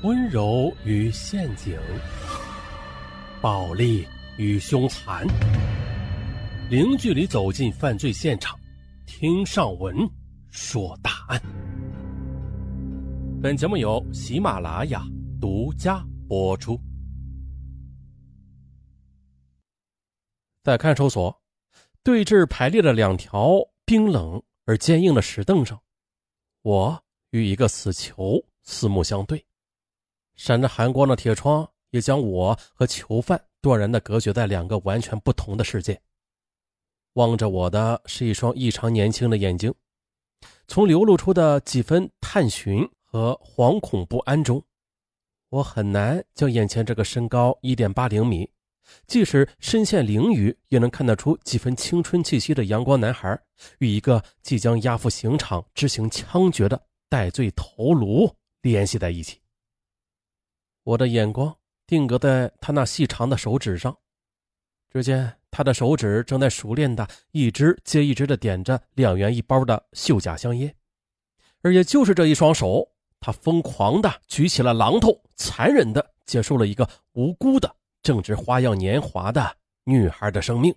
温柔与陷阱，暴力与凶残，零距离走进犯罪现场，听上文说大案。本节目由喜马拉雅独家播出。在看守所，对峙排列的两条冰冷而坚硬的石凳上，我与一个死囚四目相对，闪着寒光的铁窗也将我和囚犯断然地隔绝在两个完全不同的世界。望着我的是一双异常年轻的眼睛，从流露出的几分探寻和惶恐不安中，我很难将眼前这个身高 1.80 米，即使身陷囹圄也能看得出几分青春气息的阳光男孩，与一个即将押赴刑场执行枪决的戴罪头颅联系在一起。我的眼光定格在他那细长的手指上，只见他的手指正在熟练的一支接一支的点着2元1包的绣甲香烟，而也就是这一双手，他疯狂的举起了榔头，残忍的结束了一个无辜的正值花样年华的女孩的生命。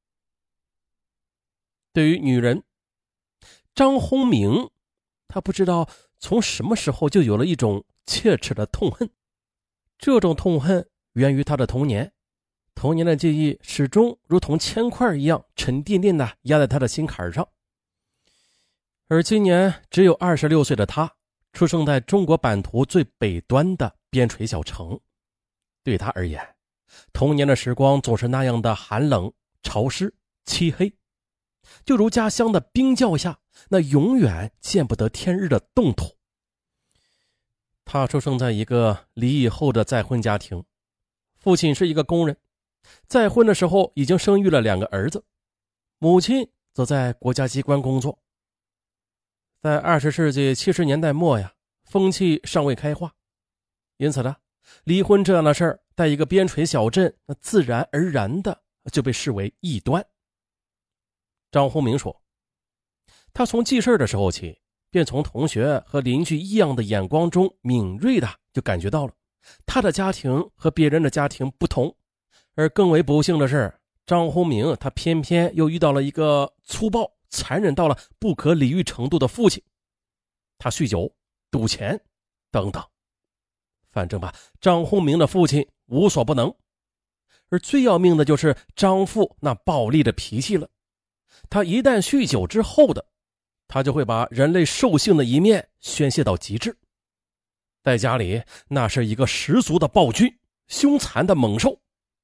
对于女人，张宏明他不知道从什么时候就有了一种切齿的痛恨。这种痛恨源于他的童年，童年的记忆始终如同铅块一样沉甸甸的压在他的心坎上。而今年只有26岁的他，出生在中国版图最北端的边陲小城。对他而言，童年的时光总是那样的寒冷、潮湿、漆黑，就如家乡的冰窖下那永远见不得天日的冻土。他出生在一个离异后的再婚家庭，父亲是一个工人，再婚的时候已经生育了2个儿子，母亲则在国家机关工作。在20世纪70年代末呀，风气尚未开化，因此呢，离婚这样的事儿在一个边陲小镇，那自然而然的就被视为异端。张宏明说，他从记事的时候起，便从同学和邻居异样的眼光中敏锐的就感觉到了他的家庭和别人的家庭不同。而更为不幸的是，张宏明他偏偏又遇到了一个粗暴残忍到了不可理喻程度的父亲。他酗酒、赌钱等等，反正吧，张宏明的父亲无所不能。而最要命的就是张父那暴力的脾气了，他一旦酗酒之后的，他就会把人类兽性的一面宣泄到极致。在家里那是一个十足的暴君，凶残的猛兽。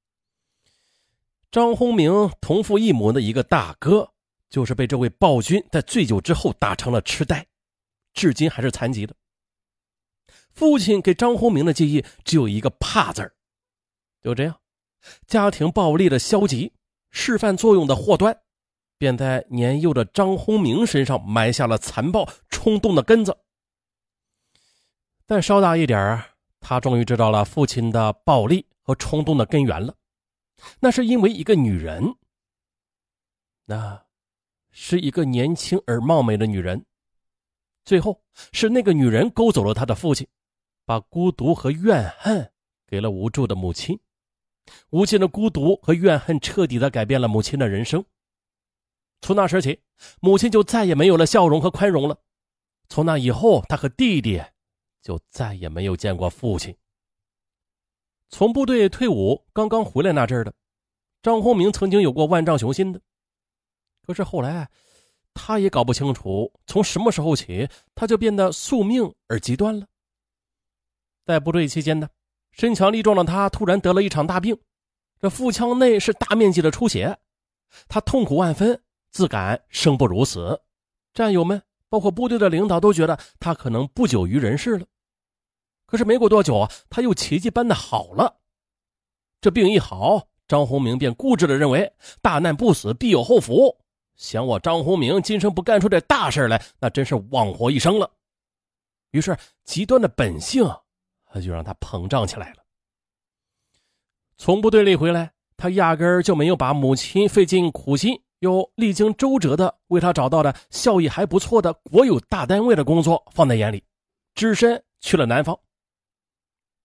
张宏明同父异母的一个大哥，就是被这位暴君在醉酒之后打成了痴呆，至今还是残疾的。父亲给张宏明的记忆只有一个怕字儿。就这样，家庭暴力的消极示范作用的祸端便在年幼的张宏明身上埋下了残暴冲动的根子。再稍大一点，他终于知道了父亲的暴力和冲动的根源了，那是因为一个女人，那是一个年轻而貌美的女人。最后是那个女人勾走了他的父亲，把孤独和怨恨给了无助的母亲。无尽的孤独和怨恨彻底地改变了母亲的人生。从那时起，母亲就再也没有了笑容和宽容了。从那以后，他和弟弟就再也没有见过父亲。从部队退伍刚刚回来那阵儿的，张宏明曾经有过万丈雄心的。可是后来，他也搞不清楚从什么时候起，他就变得宿命而极端了。在部队期间呢，身强力壮的他突然得了一场大病，这腹腔内是大面积的出血，他痛苦万分，自感生不如死。战友们包括部队的领导都觉得他可能不久于人世了。可是没过多久啊，他又奇迹般的好了。这病一好，张宏明便固执地认为大难不死必有后福，想我张宏明今生不干出点大事来，那真是枉活一生了。于是极端的本性就让他膨胀起来了。从部队里回来，他压根儿就没有把母亲费尽苦心又历经周折的为他找到的效益还不错的国有大单位的工作放在眼里，只身去了南方。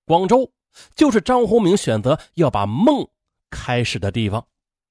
广州就是张宏明选择要把梦开始的地方。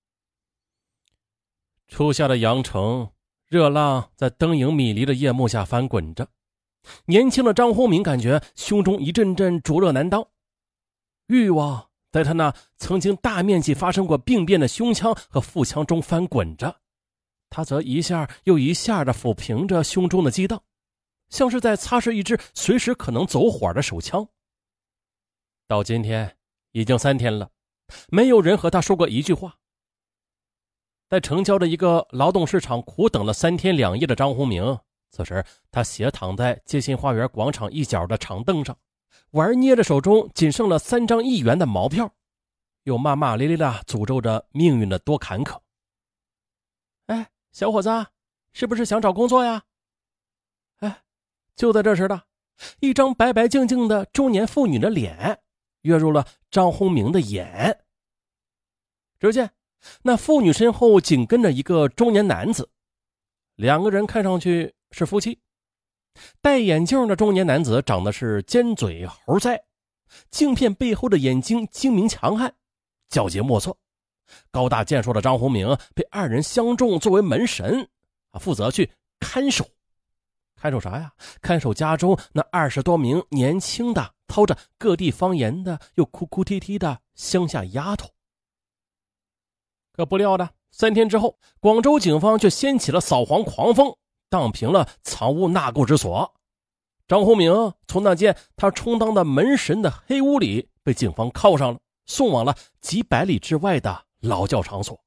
初夏的阳城，热浪在灯影迷离的夜幕下翻滚着，年轻的张宏明感觉胸中一阵阵灼热难当，欲望在他那曾经大面积发生过病变的胸腔和腹腔中翻滚着，他则一下又一下地抚平着胸中的激荡，像是在擦拭一支随时可能走火的手枪。到今天已经3天了，没有人和他说过一句话。在城郊的一个劳动市场苦等了3天2夜的张宏明，此时他斜躺在街心花园广场一角的长凳上，玩捏着手中仅剩了3张1元的毛票，又骂骂咧咧地诅咒着命运的多坎坷。哎，小伙子，是不是想找工作呀？哎，就在这时的，一张白白净净的中年妇女的脸跃入了张宏明的眼。只见那妇女身后紧跟着一个中年男子，2个人看上去是夫妻。戴眼镜的中年男子长得是尖嘴猴腮，镜片背后的眼睛精明强悍，皎洁莫测。高大健硕的张宏明被2人相中作为门神，负责去看守。看守啥呀？看守家中那20多名年轻的操着各地方言的又哭哭啼啼的乡下丫头。可不料的，3天之后，广州警方却掀起了扫黄狂风，荡平了藏污纳垢之所。张宏明从那间他充当的门神的黑屋里被警方铐上了，送往了几百里之外的劳教场所。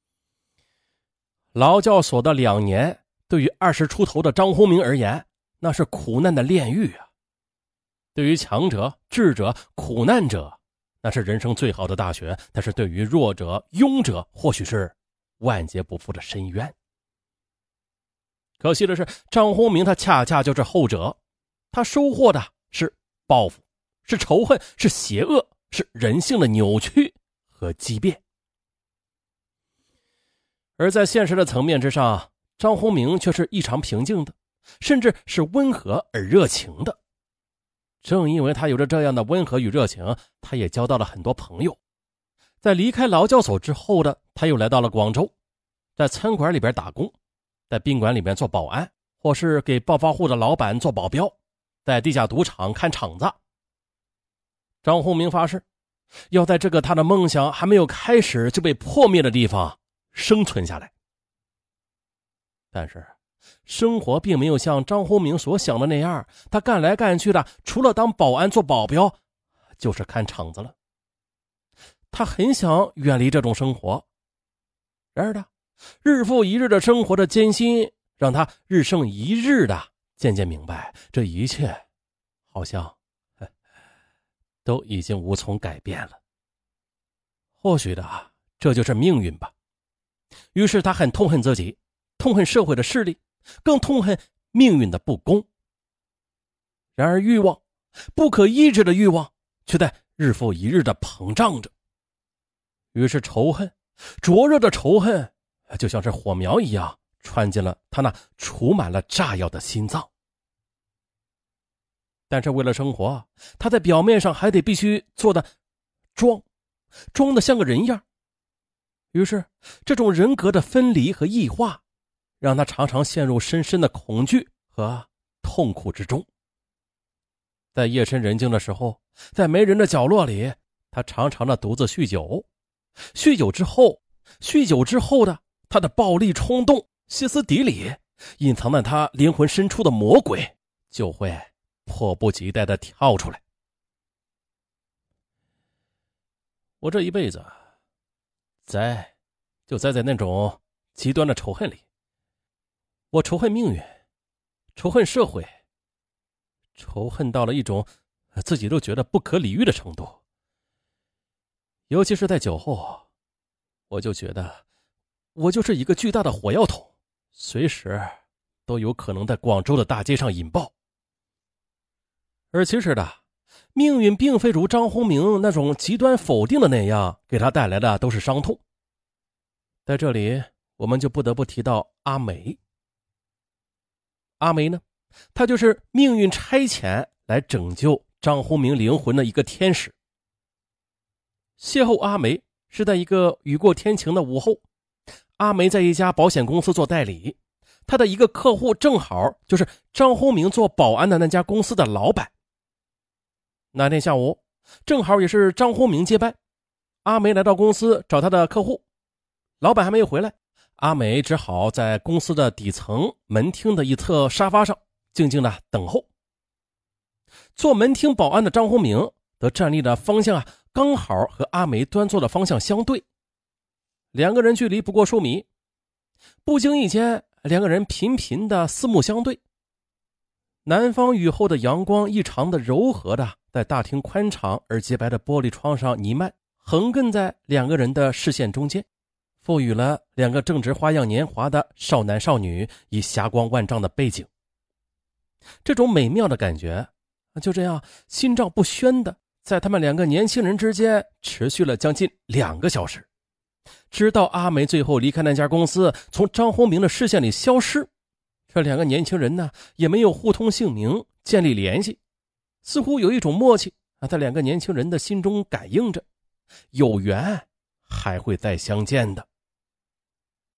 劳教所的2年，对于20出头的张宏明而言，那是苦难的炼狱啊。对于强者、智者、苦难者，那是人生最好的大学，但是对于弱者、庸者，或许是万劫不复的深渊。可惜的是，张宏明他恰恰就是后者，他收获的是报复，是仇恨，是邪恶，是人性的扭曲和畸变。而在现实的层面之上，张宏明却是异常平静的，甚至是温和而热情的。正因为他有着这样的温和与热情，他也交到了很多朋友。在离开劳教所之后的，他又来到了广州，在餐馆里边打工，在宾馆里面做保安，或是给暴发户的老板做保镖，在地下赌场看场子。张宏明发誓，要在这个他的梦想还没有开始就被破灭的地方生存下来。但是生活并没有像张宏明所想的那样，他干来干去的，除了当保安做保镖，就是看场子了。他很想远离这种生活，然而日复一日的生活的艰辛，让他日胜一日的渐渐明白，这一切好像都已经无从改变了。或许这就是命运吧。于是他很痛恨自己，痛恨社会的势力，更痛恨命运的不公。然而欲望，不可抑制的欲望，却在日复一日的膨胀着。于是仇恨，灼热的仇恨，就像是火苗一样，穿进了他那储满了炸药的心脏。但是为了生活，他在表面上还得必须做的装的像个人样。于是这种人格的分离和异化，让他常常陷入深深的恐惧和痛苦之中。在夜深人静的时候，在没人的角落里，他常常的独自酗酒。酗酒之后的他的暴力冲动、歇斯底里，隐藏在他灵魂深处的魔鬼就会迫不及待地跳出来。我这一辈子就栽在那种极端的仇恨里。我仇恨命运，仇恨社会，仇恨到了一种自己都觉得不可理喻的程度。尤其是在酒后，我就觉得我就是一个巨大的火药桶，随时都有可能在广州的大街上引爆。而其实命运并非如张宏明那种极端否定的那样，给他带来的都是伤痛。在这里我们就不得不提到阿梅。阿梅呢，她就是命运差遣来拯救张宏明灵魂的一个天使。邂逅阿梅是在一个雨过天晴的午后，阿梅在一家保险公司做代理，她的一个客户正好就是张宏明做保安的那家公司的老板。那天下午正好也是张宏明接班，阿梅来到公司找他的客户，老板还没有回来，阿梅只好在公司的底层门厅的一侧沙发上静静的等候。做门厅保安的张宏明则站立的方向刚好和阿梅端坐的方向相对，两个人距离不过数米。不经意间，两个人频频的四目相对。南方雨后的阳光异常的柔和的在大厅宽敞而洁白的玻璃窗上弥漫，横亘在两个人的视线中间，赋予了两个正值花样年华的少男少女以霞光万丈的背景。这种美妙的感觉就这样心照不宣的在他们两个年轻人之间持续了将近2个小时，直到阿梅最后离开那家公司，从张宏明的视线里消失。这两个年轻人呢也没有互通姓名建立联系，似乎有一种默契在两个年轻人的心中感应着，有缘还会再相见的。